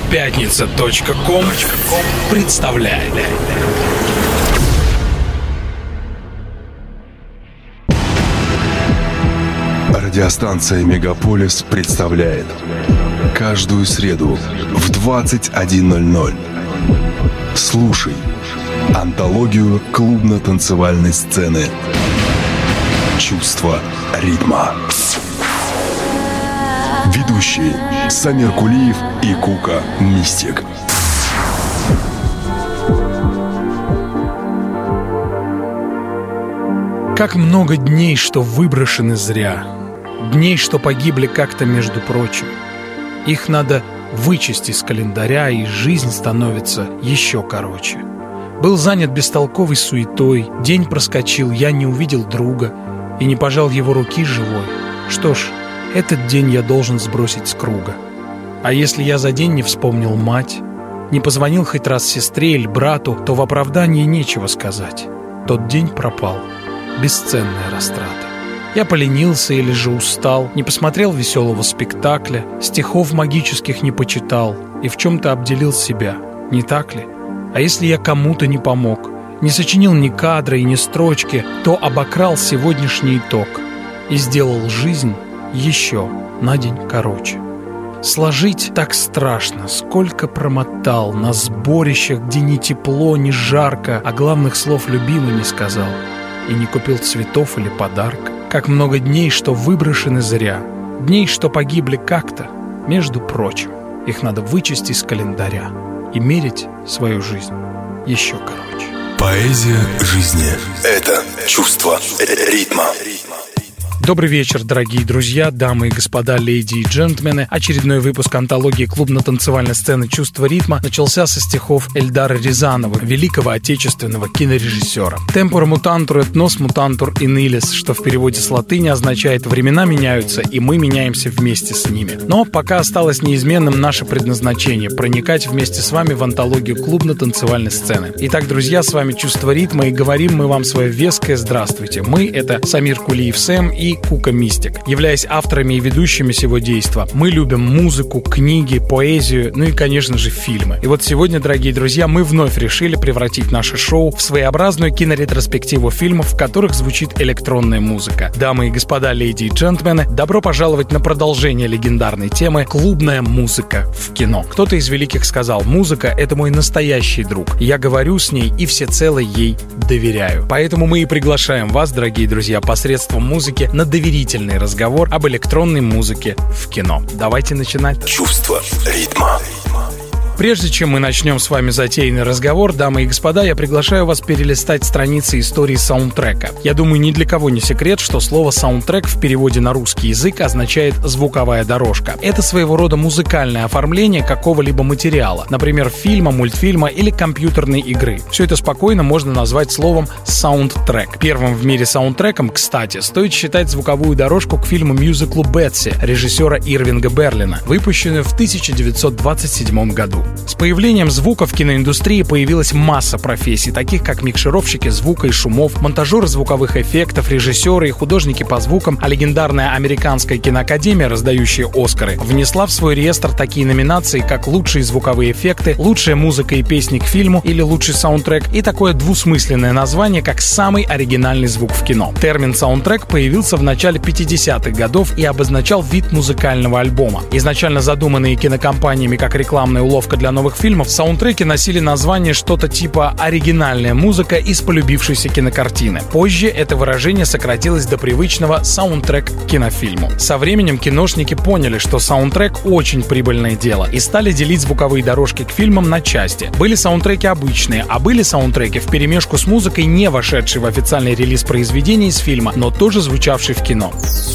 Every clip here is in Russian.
Пятница.ком представляет. Радиостанция «Мегаполис» представляет каждую среду в 21:00. Слушай антологию клубно-танцевальной сцены «Чувство ритма». Ведущие Самир Кулиев и Кука Мистик. Как много дней, что выброшены зря. Дней, что погибли как-то между прочим. Их надо вычесть из календаря, и жизнь становится еще короче. Был занят бестолковой суетой, день проскочил, я не увидел друга и не пожал его руки живой. Что ж, этот день я должен сбросить с круга. А если я за день не вспомнил мать, не позвонил хоть раз сестре или брату, то в оправдании нечего сказать. Тот день пропал. Бесценная растрата. Я поленился или же устал, не посмотрел веселого спектакля, стихов магических не почитал и в чем-то обделил себя, не так ли? А если я кому-то не помог, не сочинил ни кадра и ни строчки, то обокрал сегодняшний итог и сделал жизнь еще на день короче. Сложить так страшно, сколько промотал на сборищах, где ни тепло, ни жарко, а главных слов любимый не сказал и не купил цветов или подарка. Как много дней, что выброшены зря, дней, что погибли как-то, между прочим. Их надо вычесть из календаря и мерить свою жизнь еще короче. Поэзия жизни – это чувство ритма. Добрый вечер, дорогие друзья, дамы и господа, леди и джентльмены. Очередной выпуск антологии клубно-танцевальной сцены «Чувство ритма» начался со стихов Эльдара Рязанова, великого отечественного кинорежиссера. «Темпора мутантур et nos mutantur in illis», что в переводе с латыни означает «времена меняются, и мы меняемся вместе с ними». Но пока осталось неизменным наше предназначение – проникать вместе с вами в антологию клубно-танцевальной сцены. Итак, друзья, с вами «Чувство ритма», и говорим мы вам свое веское здравствуйте. Мы – это Самир Кулиев Сэм и Кука Мистик. Являясь авторами и ведущими сего действа, мы любим музыку, книги, поэзию, ну и, конечно же, фильмы. И вот сегодня, дорогие друзья, мы вновь решили превратить наше шоу в своеобразную киноретроспективу фильмов, в которых звучит электронная музыка. Дамы и господа, леди и джентльмены, добро пожаловать на продолжение легендарной темы «Клубная музыка в кино». Кто-то из великих сказал: «Музыка — это мой настоящий друг. Я говорю с ней и всецело ей доверяю». Поэтому мы и приглашаем вас, дорогие друзья, посредством музыки на доверительный разговор об электронной музыке в кино. Давайте начинать. Чувство ритма. Прежде чем мы начнем с вами затеянный разговор, дамы и господа, я приглашаю вас перелистать страницы истории саундтрека. Я думаю, ни для кого не секрет, что слово «саундтрек» в переводе на русский язык означает «звуковая дорожка». Это своего рода музыкальное оформление какого-либо материала, например, фильма, мультфильма или компьютерной игры. Все это спокойно можно назвать словом «саундтрек». Первым в мире саундтреком, кстати, стоит считать звуковую дорожку к фильму-мюзиклу «Бетси» режиссера Ирвинга Берлина, выпущенную в 1927 году. С появлением звука в киноиндустрии появилась масса профессий, таких как микшировщики звука и шумов, монтажеры звуковых эффектов, режиссеры и художники по звукам, а легендарная американская киноакадемия, раздающая Оскары, внесла в свой реестр такие номинации, как лучшие звуковые эффекты, лучшая музыка и песни к фильму или лучший саундтрек, и такое двусмысленное название, как самый оригинальный звук в кино. Термин «саундтрек» появился в начале 50-х годов и обозначал вид музыкального альбома. Изначально задуманные кинокомпаниями как рекламная уловка для новых фильмов, саундтреки носили название что-то типа «оригинальная музыка из полюбившейся кинокартины». Позже это выражение сократилось до привычного «саундтрек к кинофильму». Со временем киношники поняли, что саундтрек — очень прибыльное дело, и стали делить звуковые дорожки к фильмам на части. Были саундтреки обычные, а были саундтреки вперемешку с музыкой, не вошедшие в официальный релиз произведения из фильма, но тоже звучавшие в кино.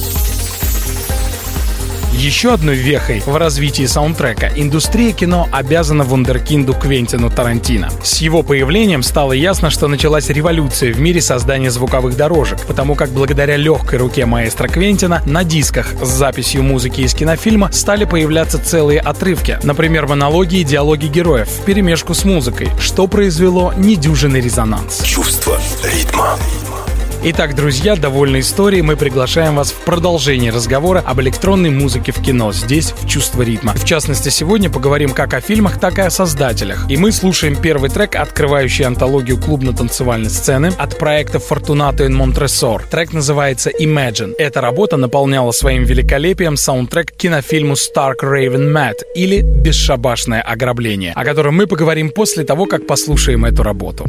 Еще одной вехой в развитии саундтрека индустрия кино обязана вундеркинду Квентину Тарантино. С его появлением стало ясно, что началась революция в мире создания звуковых дорожек, потому как благодаря легкой руке маэстро Квентина на дисках с записью музыки из кинофильма стали появляться целые отрывки, например, монологи и диалоги героев вперемешку с музыкой, что произвело недюжинный резонанс. Чувство ритма. Итак, друзья, довольны историей, мы приглашаем вас в продолжение разговора об электронной музыке в кино, здесь, в «Чувство ритма». В частности, сегодня поговорим как о фильмах, так и о создателях. И мы слушаем первый трек, открывающий антологию клубно-танцевальной сцены от проекта Fortunato in Montresor. Трек называется Imagine. Эта работа наполняла своим великолепием саундтрек к кинофильму Stark Raven Mad или «Бесшабашное ограбление», о котором мы поговорим после того, как послушаем эту работу.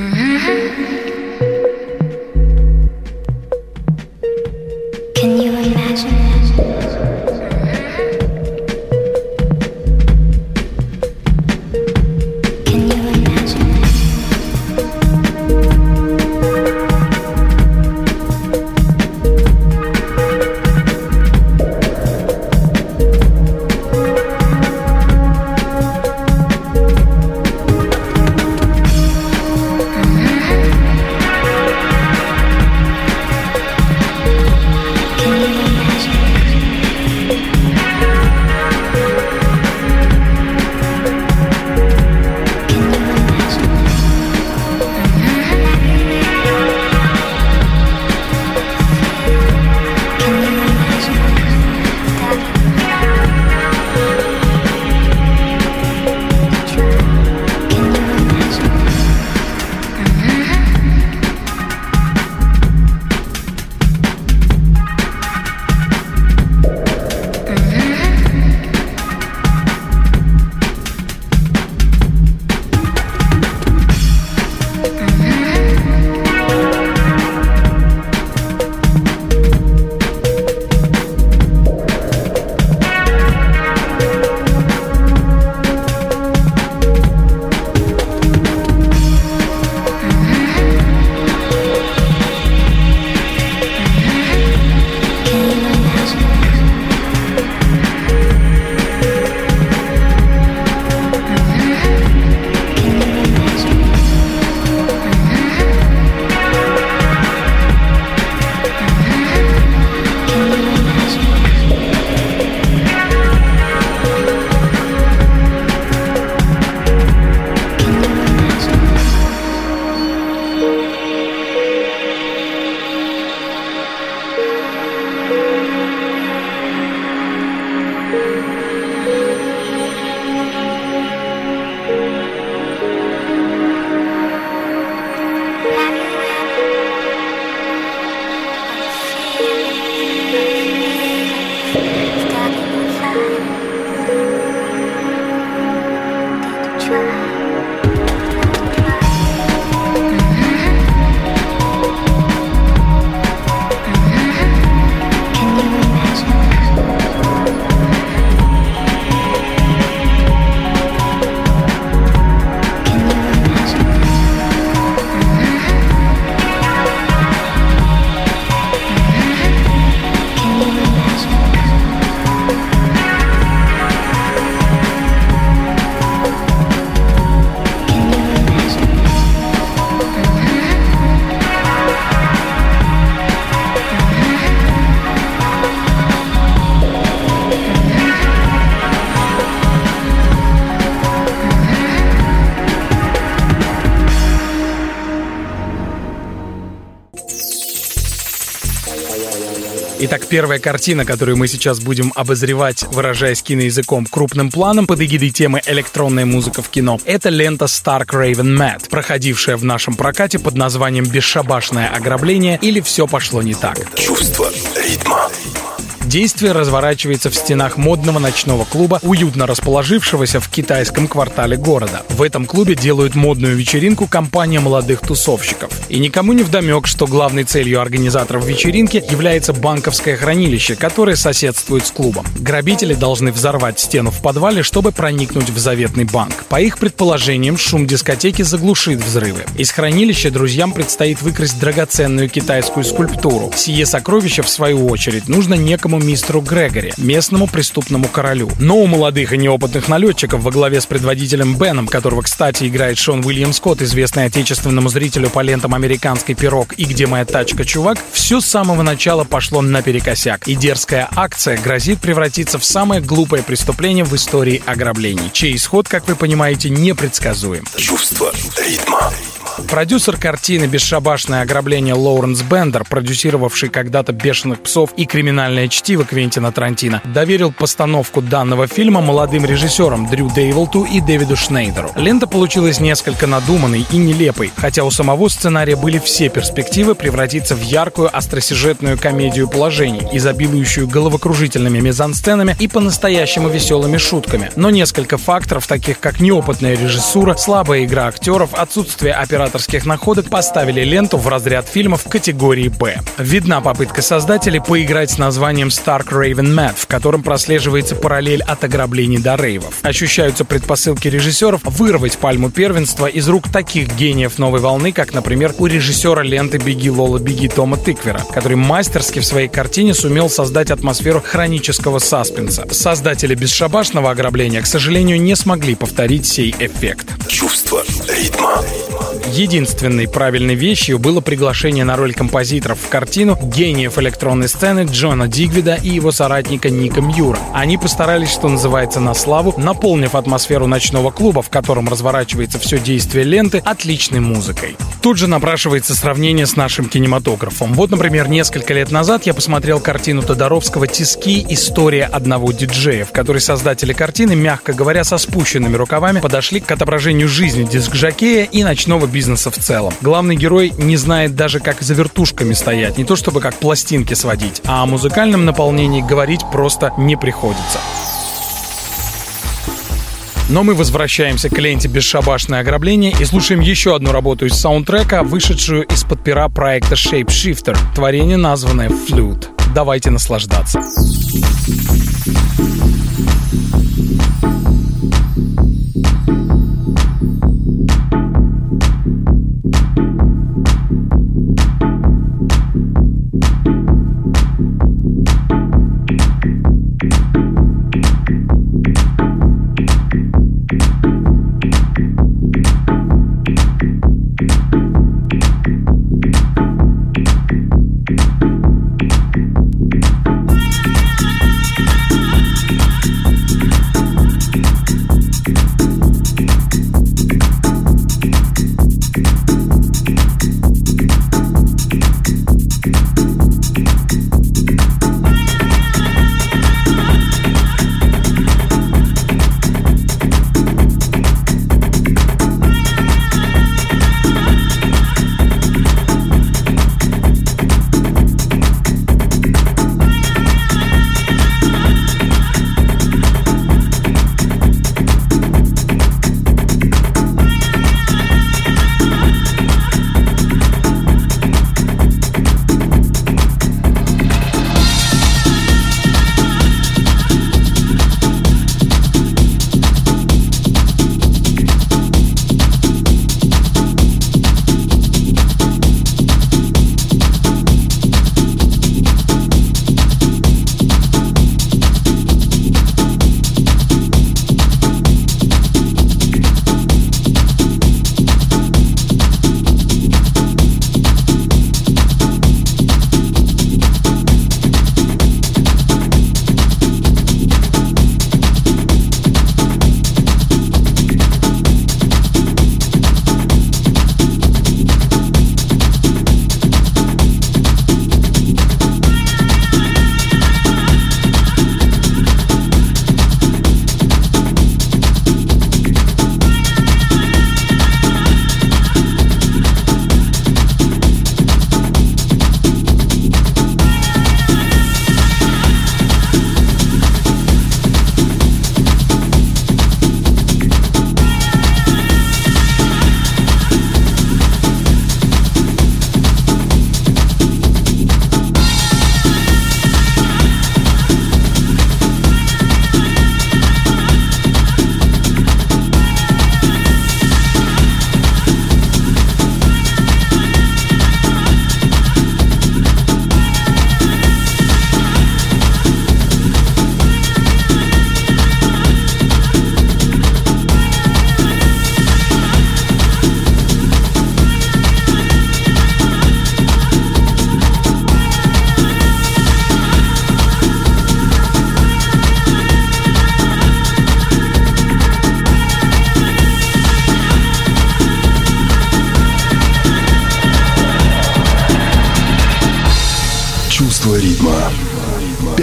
Can you imagine? Итак, первая картина, которую мы сейчас будем обозревать, выражаясь киноязыком крупным планом под эгидой темы «Электронная музыка в кино», это лента Stark Raven Mad, проходившая в нашем прокате под названием «Бесшабашное ограбление» или «Все пошло не так». Чувство ритма. Действие разворачивается в стенах модного ночного клуба, уютно расположившегося в китайском квартале города. В этом клубе делают модную вечеринку компания молодых тусовщиков. И никому не вдомек, что главной целью организаторов вечеринки является банковское хранилище, которое соседствует с клубом. Грабители должны взорвать стену в подвале, чтобы проникнуть в заветный банк. По их предположениям, шум дискотеки заглушит взрывы. Из хранилища друзьям предстоит выкрасть драгоценную китайскую скульптуру. Сие сокровище, в свою очередь, нужно некому мистеру Грегори, местному преступному королю. Но у молодых и неопытных налетчиков во главе с предводителем Беном, которого, кстати, играет Шон Уильям Скотт, известный отечественному зрителю по лентам «Американский пирог» и «Где моя тачка, чувак», все с самого начала пошло наперекосяк. И дерзкая акция грозит превратиться в самое глупое преступление в истории ограблений, чей исход, как вы понимаете, непредсказуем. Чувство ритма. Продюсер картины «Бесшабашное ограбление» Лоуренс Бендер, продюсировавший когда-то «Бешеных псов» и «Криминальное чтиво» Квентина Тарантино, доверил постановку данного фильма молодым режиссерам Дрю Дейволту и Дэвиду Шнейдеру. Лента получилась несколько надуманной и нелепой, хотя у самого сценария были все перспективы превратиться в яркую остросюжетную комедию положений, изобилующую головокружительными мизансценами и по-настоящему веселыми шутками. Но несколько факторов, таких как неопытная режиссура, слабая игра актеров, отсутствие операторских находок, поставили ленту в разряд фильмов категории «Б». Видна попытка создателей поиграть с названием Stark Raven Mad, в котором прослеживается параллель от ограблений до рейвов. Ощущаются предпосылки режиссеров вырвать пальму первенства из рук таких гениев новой волны, как, например, у режиссера ленты «Беги, Лола, беги» Тома Тыквера, который мастерски в своей картине сумел создать атмосферу хронического саспенса. Создатели «Бесшабашного ограбления», к сожалению, не смогли повторить сей эффект. Чувство ритма. Единственной правильной вещью было приглашение на роль композиторов в картину гениев электронной сцены Джона Дигвида и его соратника Ника Мьюра. Они постарались, что называется, на славу, наполнив атмосферу ночного клуба, в котором разворачивается все действие ленты, отличной музыкой. Тут же напрашивается сравнение с нашим кинематографом. Вот, например, несколько лет назад я посмотрел картину Тодоровского «Тиски. История одного диджея», в которой создатели картины, мягко говоря, со спущенными рукавами подошли к отображению жизни дискжокея и ночного бизнеса в целом. Главный герой не знает даже, как за вертушками стоять, не то чтобы как пластинки сводить, а о музыкальном наполнении говорить просто не приходится. Но мы возвращаемся к ленте «Бесшабашное ограбление» и слушаем еще одну работу из саундтрека, вышедшую из-под пера проекта Shapeshifter, творение, названное «Flute». Давайте наслаждаться.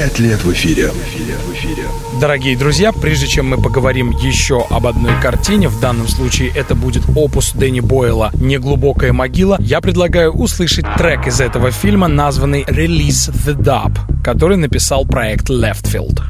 5 лет в эфире. Дорогие друзья, прежде чем мы поговорим еще об одной картине, в данном случае это будет опус Дэнни Бойла «Неглубокая могила», я предлагаю услышать трек из этого фильма, названный «Release the Dub», который написал проект Leftfield.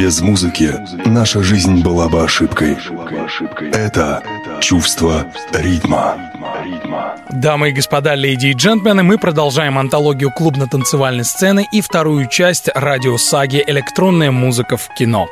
Без музыки наша жизнь была бы ошибкой. Это чувство ритма. Дамы и господа, леди и джентльмены, мы продолжаем антологию клубно-танцевальной сцены и вторую часть радиосаги «Электронная музыка в кино».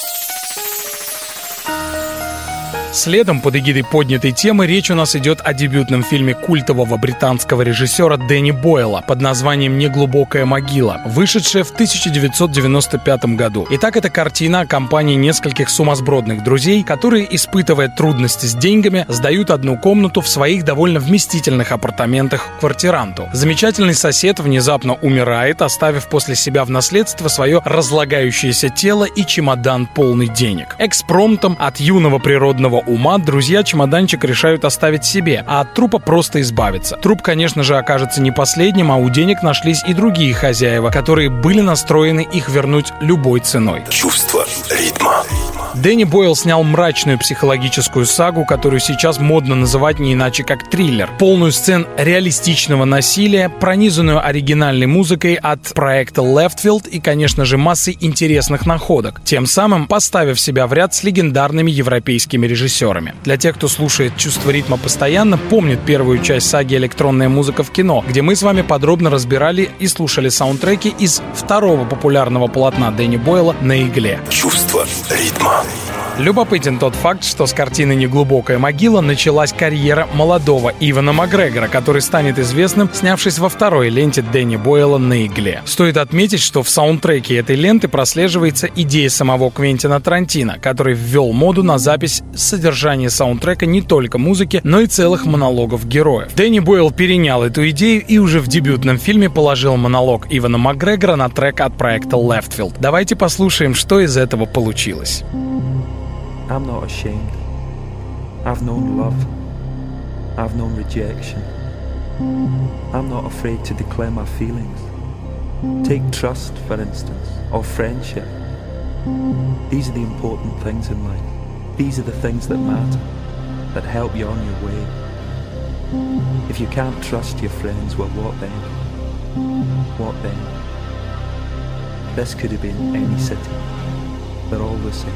Следом, под эгидой поднятой темы, речь у нас идет о дебютном фильме культового британского режиссера Дэнни Бойла под названием «Неглубокая могила», вышедшая в 1995 году. Итак, это картина о компании нескольких сумасбродных друзей, которые, испытывая трудности с деньгами, сдают одну комнату в своих довольно вместительных апартаментах квартиранту. Замечательный сосед внезапно умирает, оставив после себя в наследство свое разлагающееся тело и чемодан полный денег. Экспромтом от юного природного ума друзья чемоданчик решают оставить себе, а от трупа просто избавиться. Труп, конечно же, окажется не последним, а у денег нашлись и другие хозяева, которые были настроены их вернуть любой ценой. Чувство ритма. Дэнни Бойл снял мрачную психологическую сагу, которую сейчас модно называть не иначе как триллер. Полную сцен реалистичного насилия, пронизанную оригинальной музыкой от проекта Leftfield и, конечно же, массой интересных находок, тем самым поставив себя в ряд с легендарными европейскими режиссерами. Для тех, кто слушает «Чувство ритма» постоянно, помнит первую часть саги «Электронная музыка в кино», где мы с вами подробно разбирали и слушали саундтреки из второго популярного полотна Дэнни Бойла «На игле». Чувство ритма. Любопытен тот факт, что с картины «Неглубокая могила» началась карьера молодого Ивана Макгрегора, который станет известным, снявшись во второй ленте Дэнни Бойла «На игле». Стоит отметить, что в саундтреке этой ленты прослеживается идея самого Квентина Тарантино, который ввел моду на запись содержания саундтрека не только музыки, но и целых монологов героев. Дэнни Бойл перенял эту идею и уже в дебютном фильме положил монолог Ивана Макгрегора на трек от проекта Leftfield. Давайте послушаем, что из этого получилось. I'm not ashamed. I've known love. I've known rejection. I'm not afraid to declare my feelings. Take trust, for instance, or friendship. These are the important things in life. These are the things that matter, that help you on your way. If you can't trust your friends, well, what then? What then? This could have been any city. They're all the same.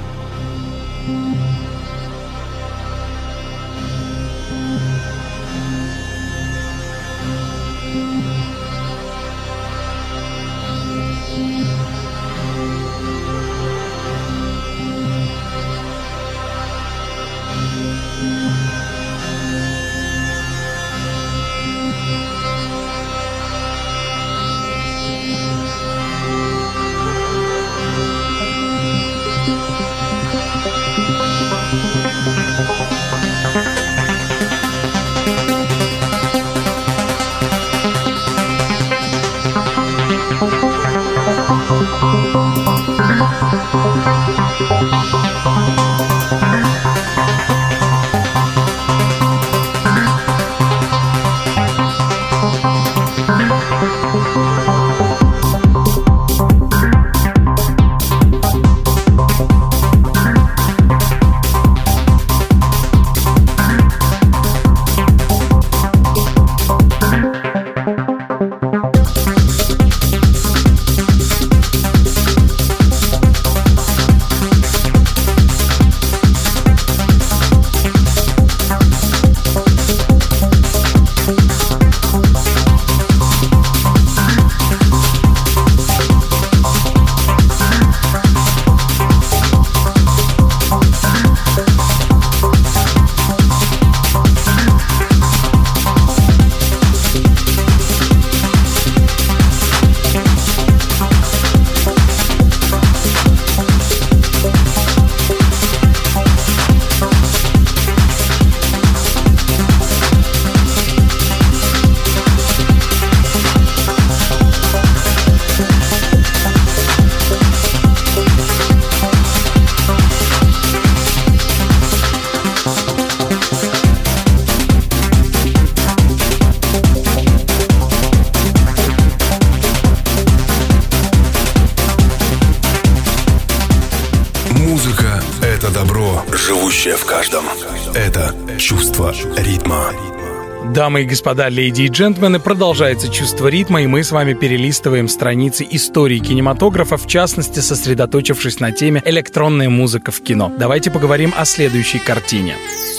Живущее в каждом. Это чувство ритма. Дамы и господа, леди и джентльмены, продолжается «Чувство ритма», и мы с вами перелистываем страницы истории кинематографа, в частности, сосредоточившись на теме «Электронная музыка в кино». Давайте поговорим о следующей картине.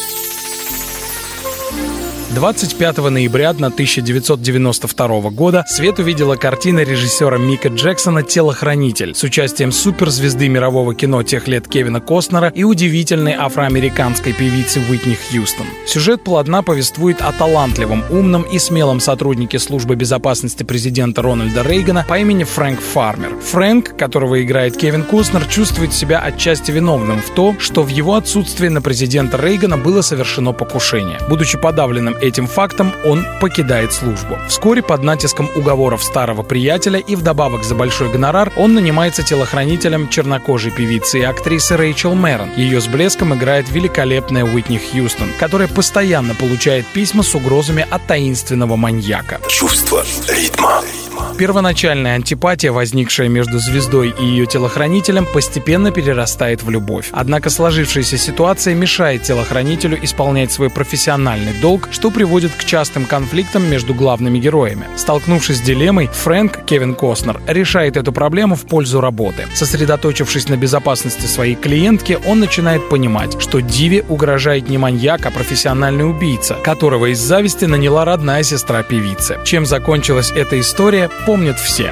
25 ноября 1992 года свет увидела картина режиссера Мика Джексона «Телохранитель» с участием суперзвезды мирового кино тех лет Кевина Костнера и удивительной афроамериканской певицы Уитни Хьюстон. Сюжет полотна повествует о талантливом, умном и смелом сотруднике службы безопасности президента Рональда Рейгана по имени Фрэнк Фармер. Фрэнк, которого играет Кевин Костнер, чувствует себя отчасти виновным в том, что в его отсутствии на президента Рейгана было совершено покушение. Будучи подавленным этим фактом, он покидает службу. Вскоре под натиском уговоров старого приятеля и вдобавок за большой гонорар он нанимается телохранителем чернокожей певицы и актрисы Рэйчел Мэрон. Ее с блеском играет великолепная Уитни Хьюстон, которая постоянно получает письма с угрозами от таинственного маньяка. Чувство ритма. Первоначальная антипатия, возникшая между звездой и ее телохранителем, постепенно перерастает в любовь. Однако сложившаяся ситуация мешает телохранителю исполнять свой профессиональный долг, что приводит к частым конфликтам между главными героями. Столкнувшись с дилеммой, Фрэнк, Кевин Костнер, решает эту проблему в пользу работы. Сосредоточившись на безопасности своей клиентки, он начинает понимать, что Диве угрожает не маньяк, а профессиональный убийца, которого из зависти наняла родная сестра певицы. Чем закончилась эта история, помнят все.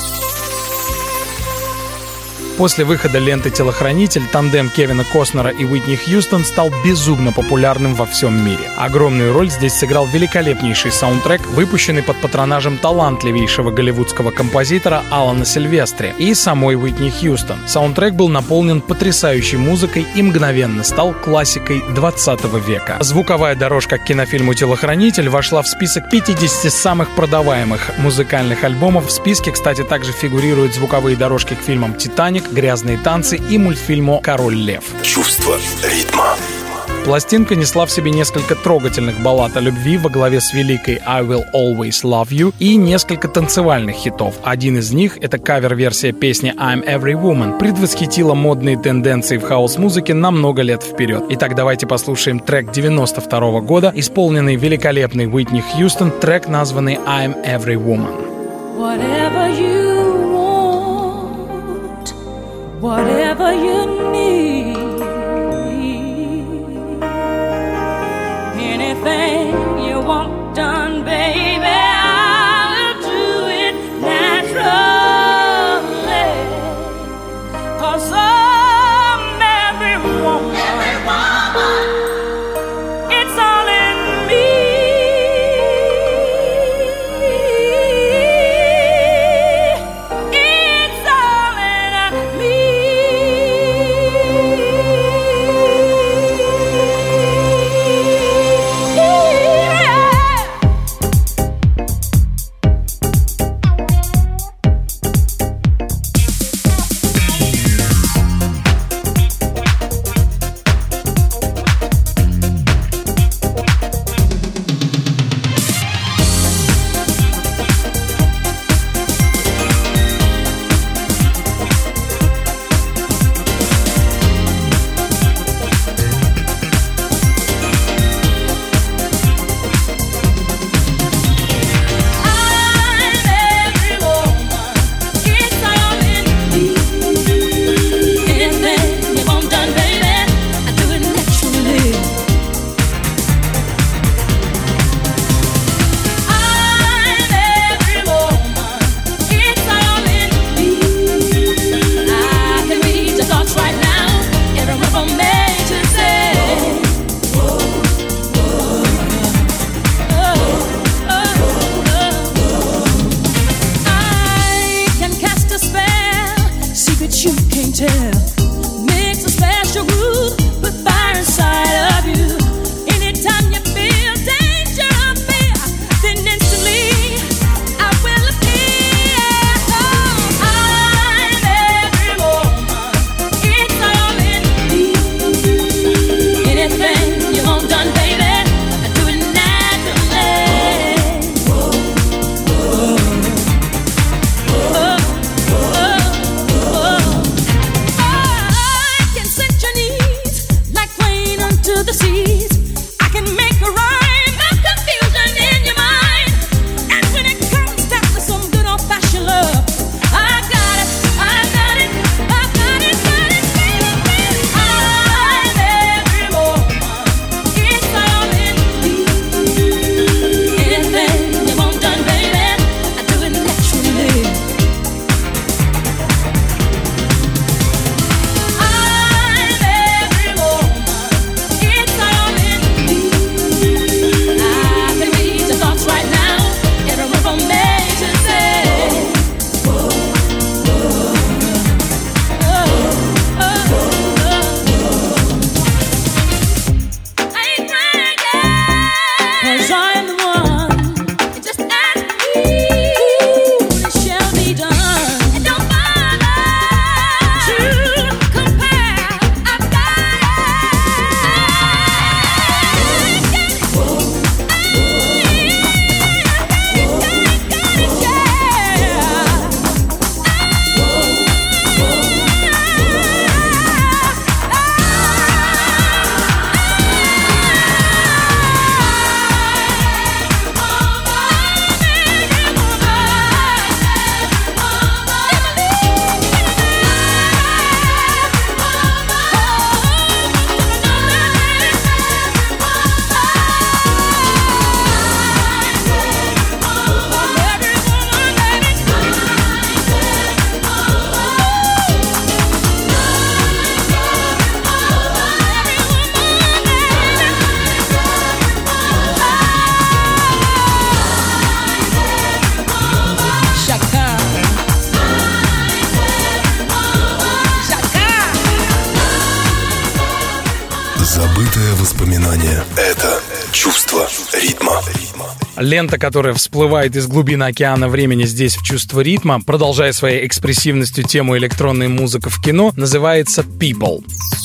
После выхода ленты «Телохранитель» тандем Кевина Костнера и Уитни Хьюстон стал безумно популярным во всем мире. Огромную роль здесь сыграл великолепнейший саундтрек, выпущенный под патронажем талантливейшего голливудского композитора Алана Сильвестри и самой Уитни Хьюстон. Саундтрек был наполнен потрясающей музыкой и мгновенно стал классикой 20 века. Звуковая дорожка к кинофильму «Телохранитель» вошла в список 50 самых продаваемых музыкальных альбомов. В списке, кстати, также фигурируют звуковые дорожки к фильмам «Титаник», «Грязные танцы» и мультфильму «Король лев». Чувство ритма. Пластинка несла в себе несколько трогательных баллад о любви во главе с великой «I Will Always Love You» и несколько танцевальных хитов. Один из них — это кавер-версия песни «I'm Every Woman», предвосхитила модные тенденции в хаус-музыке на много лет вперед. Итак, давайте послушаем трек 92 года, исполненный великолепной Уитни Хьюстон, трек, названный «I'm Every Woman». Whatever you need, anything you want done, baby, I'll do it naturally, 'cause I'm every woman, it's all in me. Скрытое воспоминание. Это чувство ритма. Лента, которая всплывает из глубин океана времени здесь в «Чувство ритма», продолжая своей экспрессивностью тему электронной музыки в кино, называется «People».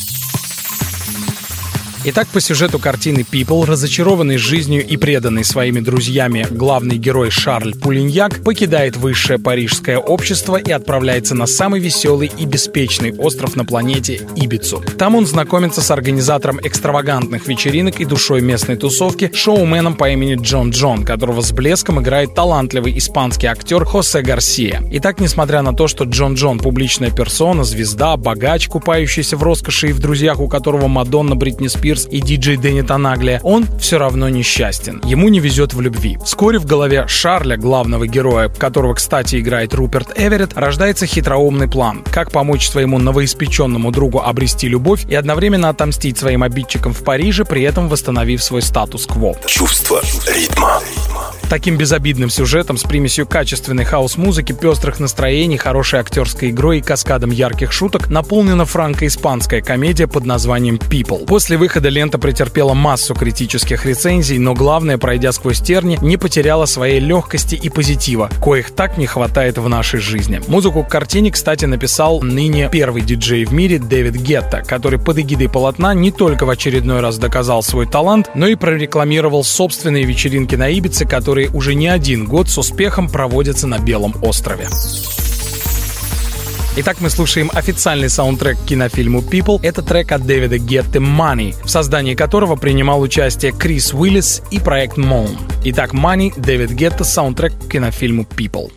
Итак, по сюжету картины «People», разочарованный жизнью и преданный своими друзьями главный герой Шарль Пулиньяк покидает высшее парижское общество и отправляется на самый веселый и беспечный остров на планете — Ибицу. Там он знакомится с организатором экстравагантных вечеринок и душой местной тусовки, шоуменом по имени Джон Джон, которого с блеском играет талантливый испанский актер Хосе Гарсия. Итак, несмотря на то, что Джон Джон — публичная персона, звезда, богач, купающийся в роскоши и в друзьях, у которого Мадонна, Бритни Спирс и диджей Дэнни Танаглия, он все равно несчастен. Ему не везет в любви. Вскоре в голове Шарля, главного героя, которого, кстати, играет Руперт Эверетт, рождается хитроумный план, как помочь своему новоиспеченному другу обрести любовь и одновременно отомстить своим обидчикам в Париже, при этом восстановив свой статус-кво. Чувство ритма. Таким безобидным сюжетом с примесью качественной хаус-музыки, пестрых настроений, хорошей актерской игрой и каскадом ярких шуток наполнена франко-испанская комедия под названием «People». После выхода лента претерпела массу критических рецензий, но главное, пройдя сквозь терни, не потеряла своей легкости и позитива, коих так не хватает в нашей жизни. Музыку к картине, кстати, написал ныне первый диджей в мире Дэвид Гетта, который под эгидой полотна не только в очередной раз доказал свой талант, но и прорекламировал собственные вечеринки на Ибице, которые уже не один год с успехом проводятся на Белом острове. Итак, мы слушаем официальный саундтрек к кинофильму «People». Это трек от Дэвида Гетты «Money», в создании которого принимал участие Крис Уиллис и проект Moon. Итак, «Money», Дэвид Гетта, саундтрек к кинофильму «People».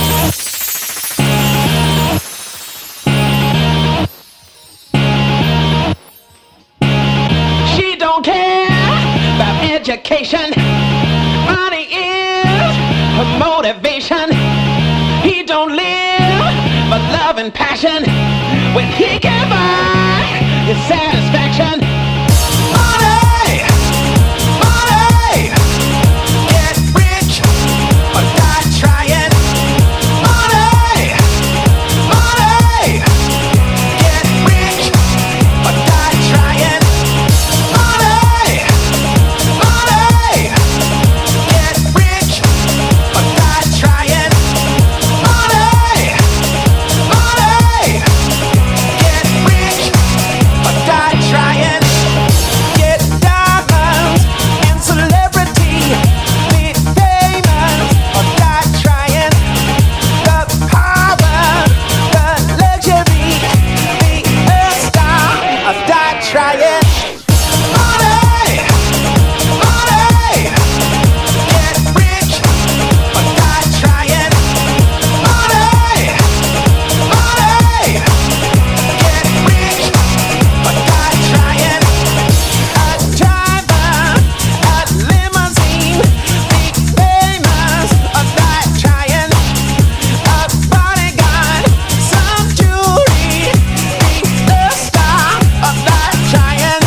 She don't care about education. Money is her motivation. He don't live for love and passion. When he can buy his satisfaction. Money, money, get rich or die trying. Money, money, get rich or die trying. Money, money, get rich or die trying. Money, money, get rich or die trying. Get diamonds and celebrity, be famous or die trying. The power, the luxury, be a star or die trying. Money, money, get rich or die trying. Money, money, get rich or die trying. A driver, a limousine, be famous or die trying. A bodyguard, some jewelry, be a star or die trying.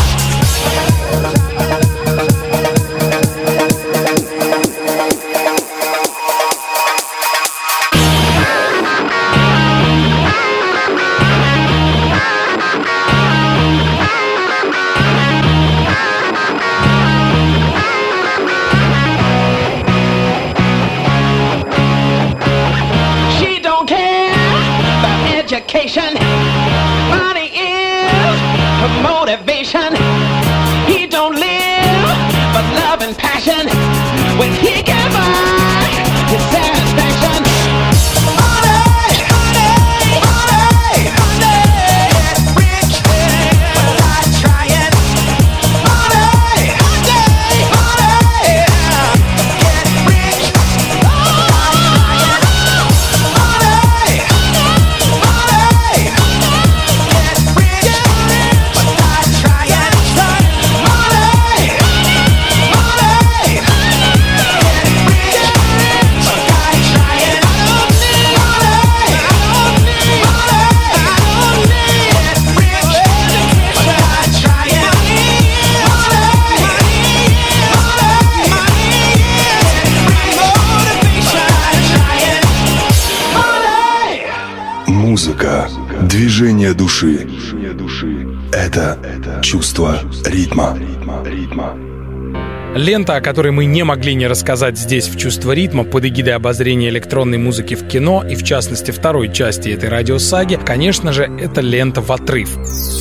She don't care about education. Money is her motivation. He don't live for love and passion. When he can buy his satisfaction. Money, money, money, money, get rich or die trying. Money, money, money, get rich or die trying. Money, money, get rich or die trying. Money, money, get rich or die trying. Музыка, движение души. Это чувство ритма. Лента, о которой мы не могли не рассказать здесь в «Чувство ритма» под эгидой обозрения электронной музыки в кино и, в частности, второй части этой радиосаги, конечно же, это лента «В отрыв».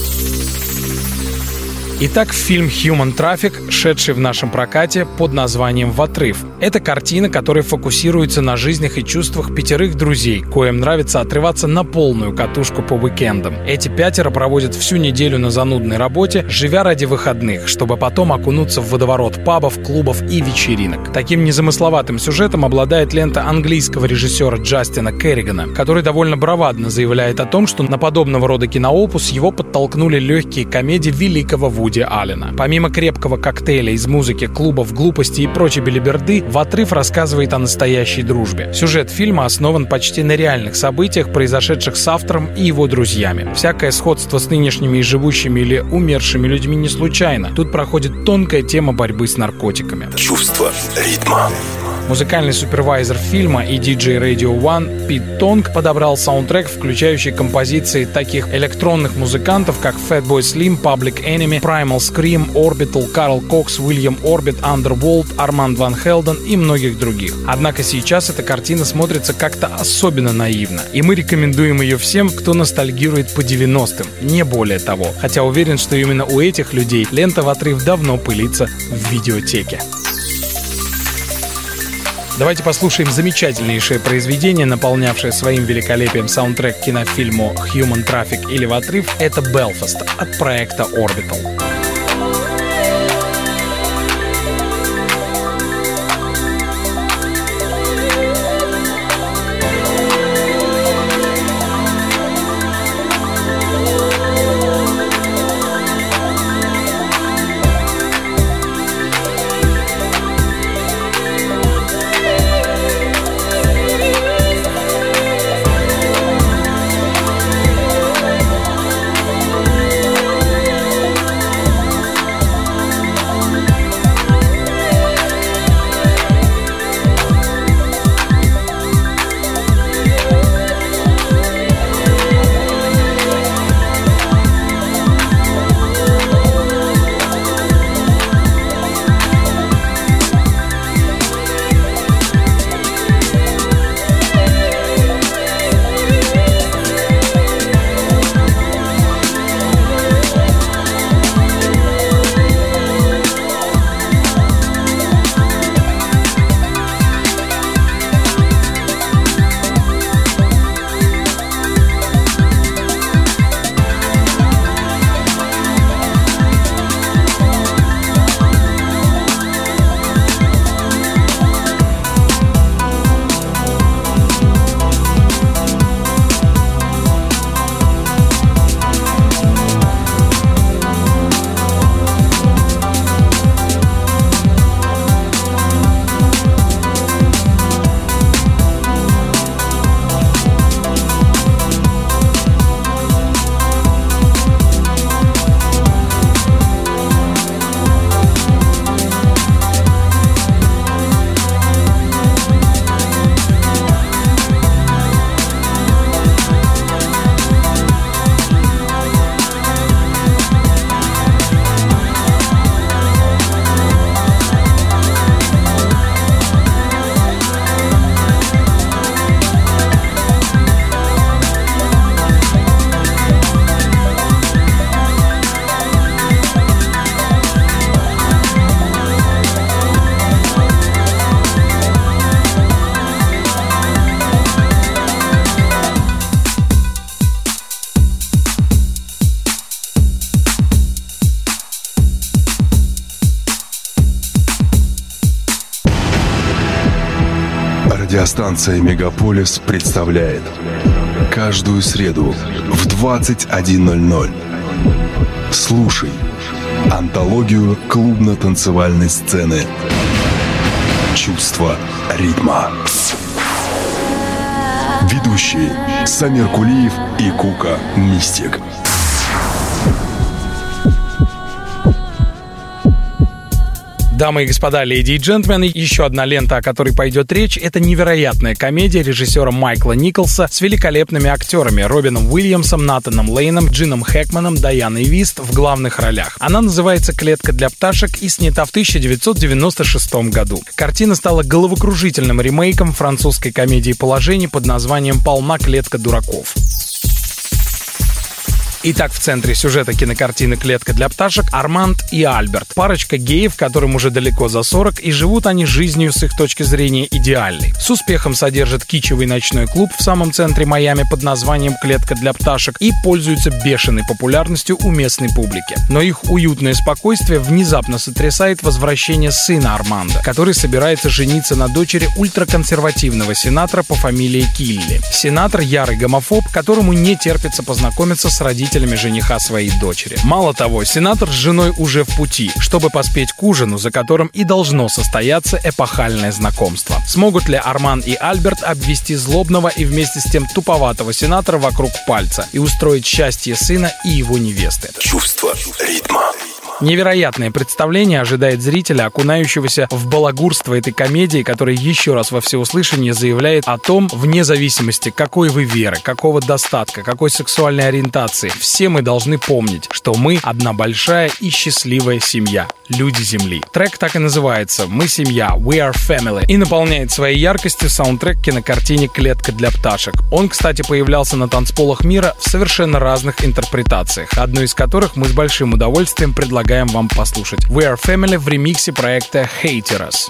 Итак, фильм «Human Traffic», шедший в нашем прокате под названием «В отрыв». Это картина, которая фокусируется на жизнях и чувствах 5 друзей, коим нравится отрываться на полную катушку по уикендам. Эти 5 проводят всю неделю на занудной работе, живя ради выходных, чтобы потом окунуться в водоворот пабов, клубов и вечеринок. Таким незамысловатым сюжетом обладает лента английского режиссера Джастина Керригана, который довольно бравадно заявляет о том, что на подобного рода киноопус его подтолкнули легкие комедии великого Вуди Аллена. Помимо крепкого коктейля из музыки, клубов, глупости и прочей белиберды, «В отрыв» рассказывает о настоящей дружбе. Сюжет фильма основан почти на реальных событиях, произошедших с автором и его друзьями. Всякое сходство с нынешними и живущими или умершими людьми не случайно. Тут проходит тонкая тема борьбы с наркотиками. Чувство ритма. Музыкальный супервайзер фильма и диджей Radio One Пит Тонг подобрал саундтрек, включающий композиции таких электронных музыкантов, как Fatboy Slim, Public Enemy, Primal Scream, Orbital, Карл Кокс, Уильям Орбит, Underworld, Арманд Ван Хелден и многих других. Однако сейчас эта картина смотрится как-то особенно наивно, и мы рекомендуем ее всем, кто ностальгирует по 90-м, не более того. Хотя уверен, что именно у этих людей лента «В отрыв» давно пылится в видеотеке. Давайте послушаем замечательнейшее произведение, наполнявшее своим великолепием саундтрек к кинофильму «Human Traffic» или «В отрыв». Это «Belfast» от проекта Orbital. Радиостанция «Мегаполис» представляет каждую среду в 21:00. Слушай антологию клубно-танцевальной сцены «Чувство ритма». Ведущие Самир Кулиев и Кука Мистик. Дамы и господа, леди и джентльмены, еще одна лента, о которой пойдет речь, это невероятная комедия режиссера Майкла Николса с великолепными актерами Робином Уильямсом, Натаном Лейном, Джином Хэкманом, Дайаной Вист в главных ролях. Она называется «Клетка для пташек» и снята в 1996 году. Картина стала головокружительным ремейком французской комедии положений под названием «Полна клетка дураков». Итак, в центре сюжета кинокартины «Клетка для пташек» Арманд и Альберт. Парочка геев, которым уже далеко за 40, и живут они жизнью с их точки зрения идеальной. С успехом содержат кичевый ночной клуб в самом центре Майами под названием «Клетка для пташек» и пользуются бешеной популярностью у местной публики. Но их уютное спокойствие внезапно сотрясает возвращение сына Арманда, который собирается жениться на дочери ультраконсервативного сенатора по фамилии Килли. Сенатор — ярый гомофоб, которому не терпится познакомиться с родителями жениха своей дочери. Мало того, сенатор с женой уже в пути, чтобы поспеть к ужину, за которым и должно состояться эпохальное знакомство. Смогут ли Арман и Альберт обвести злобного и вместе с тем туповатого сенатора вокруг пальца и устроить счастье сына и его невесты? Чувство ритма. Невероятное представление ожидает зрителя, окунающегося в балагурство этой комедии, которая еще раз во всеуслышание заявляет о том, вне зависимости, какой вы веры, какого достатка, какой сексуальной ориентации, все мы должны помнить, что мы одна большая и счастливая семья, люди Земли. Трек так и называется «Мы семья», «We are family», и наполняет своей яркостью саундтрек кинокартине «Клетка для пташек». Он, кстати, появлялся на танцполах мира в совершенно разных интерпретациях, одну из которых мы с большим удовольствием предлагаем вам послушать. We are family в ремиксе проекта Hateros.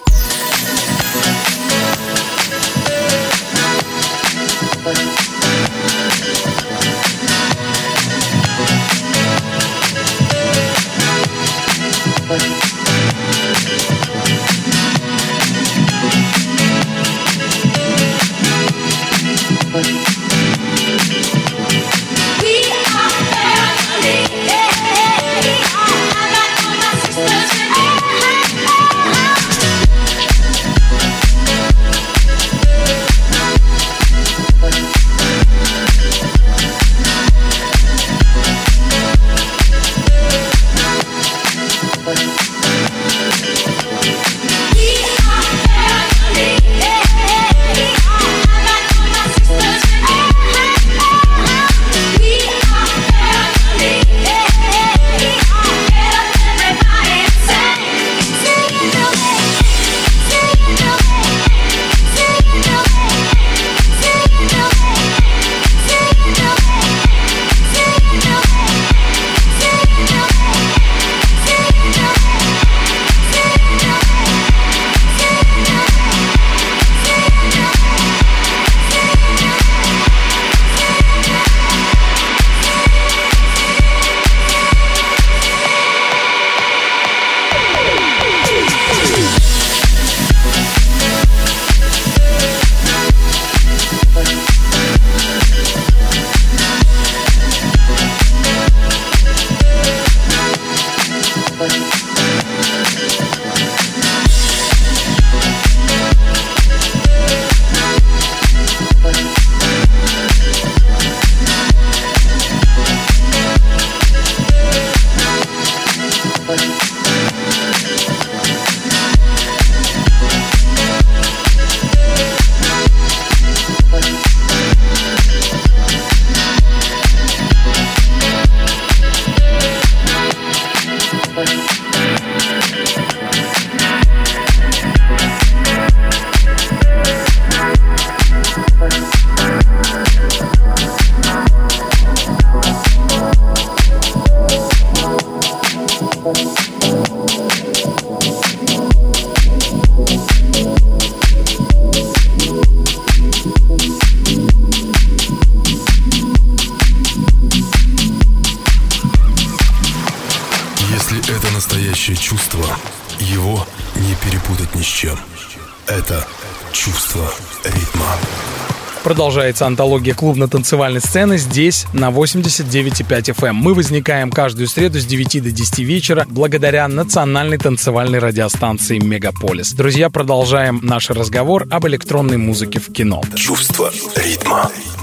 настоящее чувство, его не перепутать ни с чем. Это чувство ритма. Продолжается антология клубно-танцевальной сцены здесь, на 89,5 FM. Мы возникаем каждую среду с 9 до 10 вечера благодаря национальной танцевальной радиостанции «Мегаполис». Друзья, продолжаем наш разговор об электронной музыке в кино. Чувство ритма.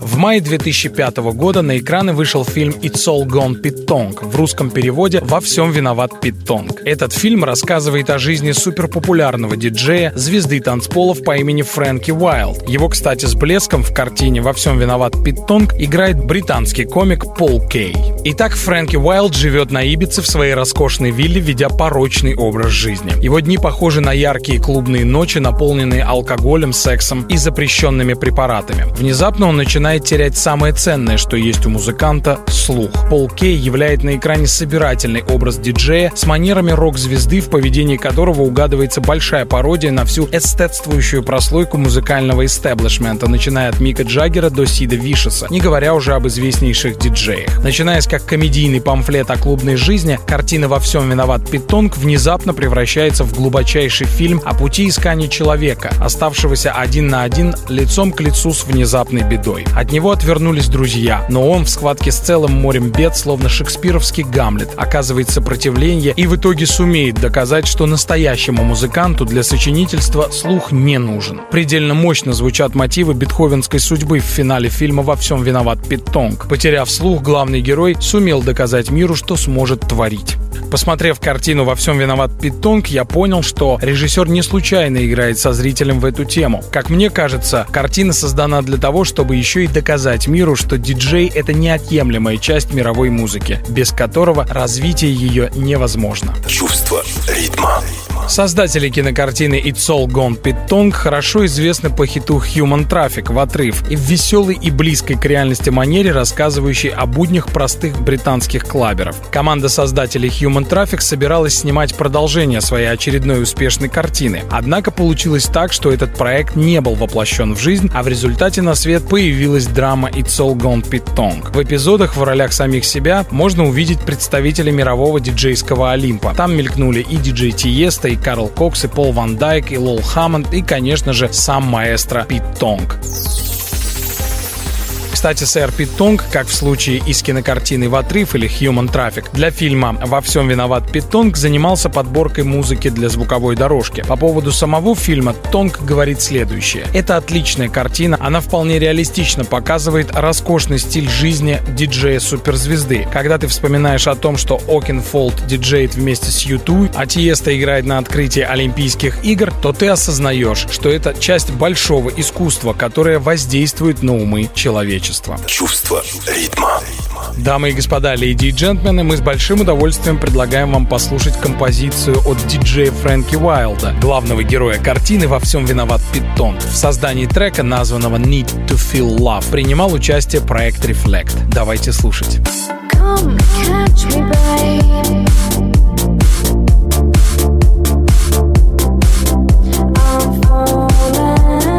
В мае 2005 года на экраны вышел фильм «It's All Gone Pete Tong», в русском переводе «Во всем виноват Пит Тонг». Этот фильм рассказывает о жизни суперпопулярного диджея, звезды танцполов по имени Фрэнки Уайлд. Его, кстати, с блеском в картине «Во всем виноват Пит Тонг» играет британский комик Пол Кей. Итак, Фрэнки Уайлд живет на Ибице в своей роскошной вилле, ведя порочный образ жизни. Его дни похожи на яркие клубные ночи, наполненные алкоголем, сексом и запрещенными препаратами. Внезапно он начинает терять самое ценное, что есть у музыканта — слух. Пол Кей являет на экране собирательный образ диджея с манерами рок-звезды, в поведении которого угадывается большая пародия на всю эстетствующую прослойку музыкального истеблишмента, начиная от Мика Джаггера до Сида Вишеса, не говоря уже об известнейших диджеях. Начинаясь как комедийный памфлет о клубной жизни, картина «Во всем виноват Пит Тонг» внезапно превращается в глубочайший фильм о пути искания человека, оставшегося один на один лицом к лицу с внезапной бедой. От него отвернулись друзья, но он в схватке с целым морем бед, словно шекспировский Гамлет, оказывает сопротивление и в итоге сумеет доказать, что настоящему музыканту для сочинительства слух не нужен. Предельно мощно звучат мотивы бетховенской судьбы в финале фильма «Во всем виноват Пит Тонг». Потеряв слух, главный герой сумел доказать миру, что сможет творить. Посмотрев картину «Во всем виноват Пит Тонг», я понял, что режиссер не случайно играет со зрителем в эту тему. Как мне кажется, картина создана для того, чтобы еще и доказать миру, что диджей — это неотъемлемая часть мировой музыки, без которого развитие ее невозможно. Чувство ритма. Создатели кинокартины «It's All Gone Pete Tong» хорошо известны по хиту «Human Traffic» в отрыв и в веселой и близкой к реальности манере, рассказывающей о буднях простых британских клаберов. Команда создателей «Human Traffic» собиралась снимать продолжение своей очередной успешной картины. Однако получилось так, что этот проект не был воплощен в жизнь, а в результате на свет появилась драма «It's All Gone Pete Tong». В эпизодах в ролях самих себя можно увидеть представителей мирового диджейского Олимпа. Там мелькнули и диджей Тиеста, и Карл Кокс, и Пол Ван Дайк, и Лол Хаммонд, и, конечно же, сам маэстро Пит Тонг. Кстати, сэр Пит Тонг, как в случае и с кинокартиной «В отрыв» или «Human Traffic», для фильма «Во всем виноват Пит Тонг» занимался подборкой музыки для звуковой дорожки. По поводу самого фильма Тонг говорит следующее. Это отличная картина, она вполне реалистично показывает роскошный стиль жизни диджея-суперзвезды. Когда ты вспоминаешь о том, что Окенфолд диджеет вместе с U2, а Тиеста играет на открытии Олимпийских игр, то ты осознаешь, что это часть большого искусства, которое воздействует на умы человечества. Чувство ритма. Дамы и господа, леди и джентльмены, мы с большим удовольствием предлагаем вам послушать композицию от диджея Фрэнки Уайлда, главного героя картины «Во всем виноват Пит Тонг». В создании трека, названного «Need to Feel Love», принимал участие проект Reflect. Давайте слушать. Come catch me, babe. I'm falling.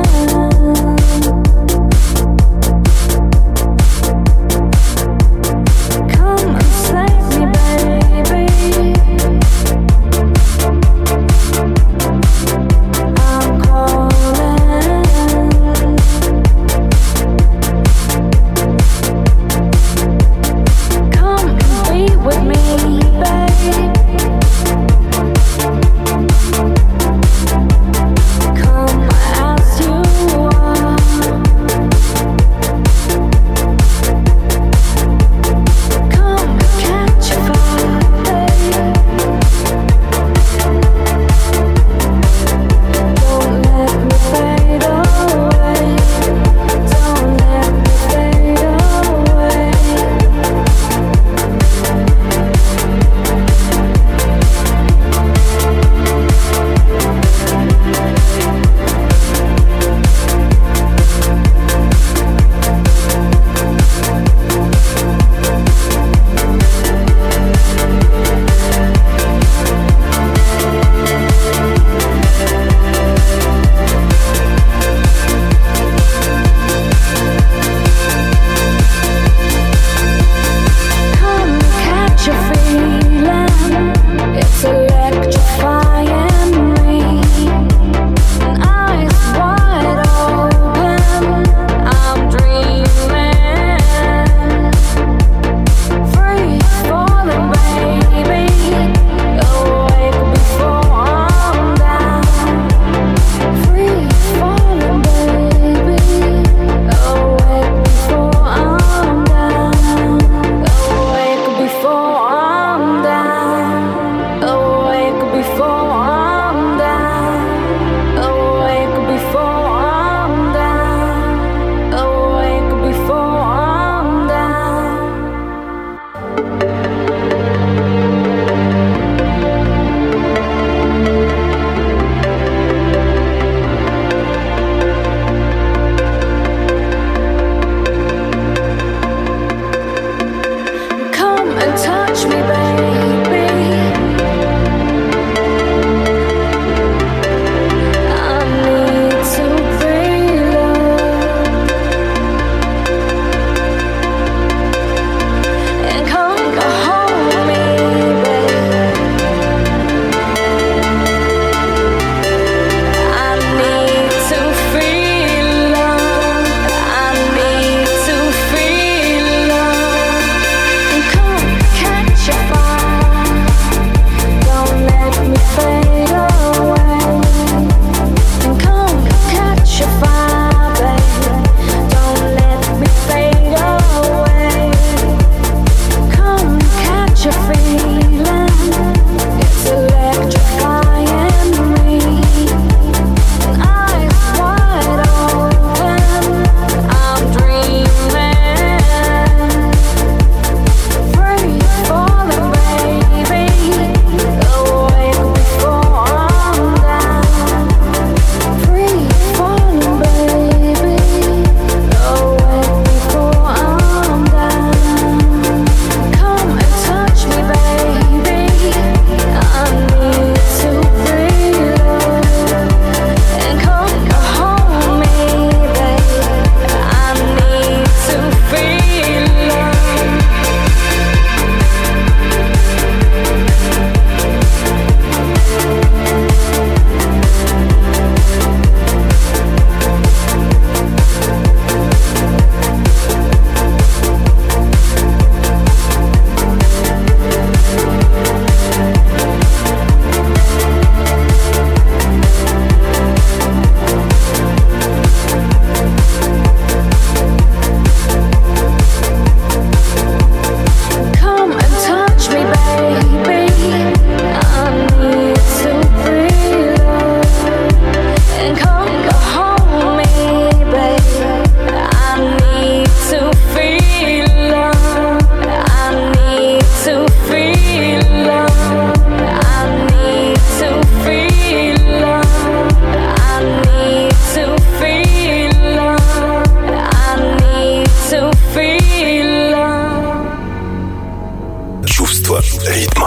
Come and save me, baby. I'm calling. Come and be with me,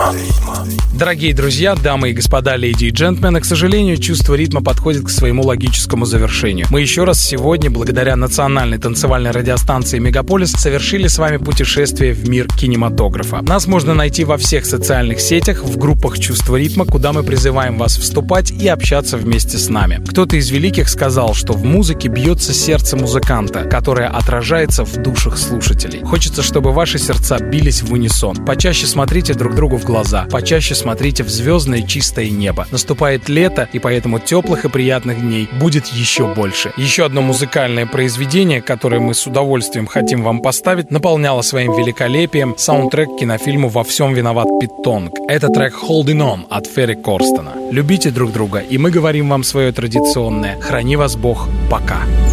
Дорогие друзья, дамы и господа, леди и джентльмены, к сожалению, чувство ритма подходит к своему логическому завершению. Мы еще раз сегодня, благодаря национальной танцевальной радиостанции «Мегаполис», совершили с вами путешествие в мир кинематографа. Нас можно найти во всех социальных сетях, в группах «Чувство ритма», куда мы призываем вас вступать и общаться вместе с нами. Кто-то из великих сказал, что в музыке бьется сердце музыканта, которое отражается в душах слушателей. Хочется, чтобы ваши сердца бились в унисон. Почаще смотрите друг другу в глаза, почаще смотрите в звездное чистое небо. Наступает лето, и поэтому теплых и приятных дней будет еще больше. Еще одно музыкальное произведение, которое мы с удовольствием хотим вам поставить, наполняло своим великолепием саундтрек к кинофильму «Во всем виноват Пит Тонг». Это трек «Holding On» от Ферри Корстона. Любите друг друга, и мы говорим вам свое традиционное «Храни вас Бог, пока».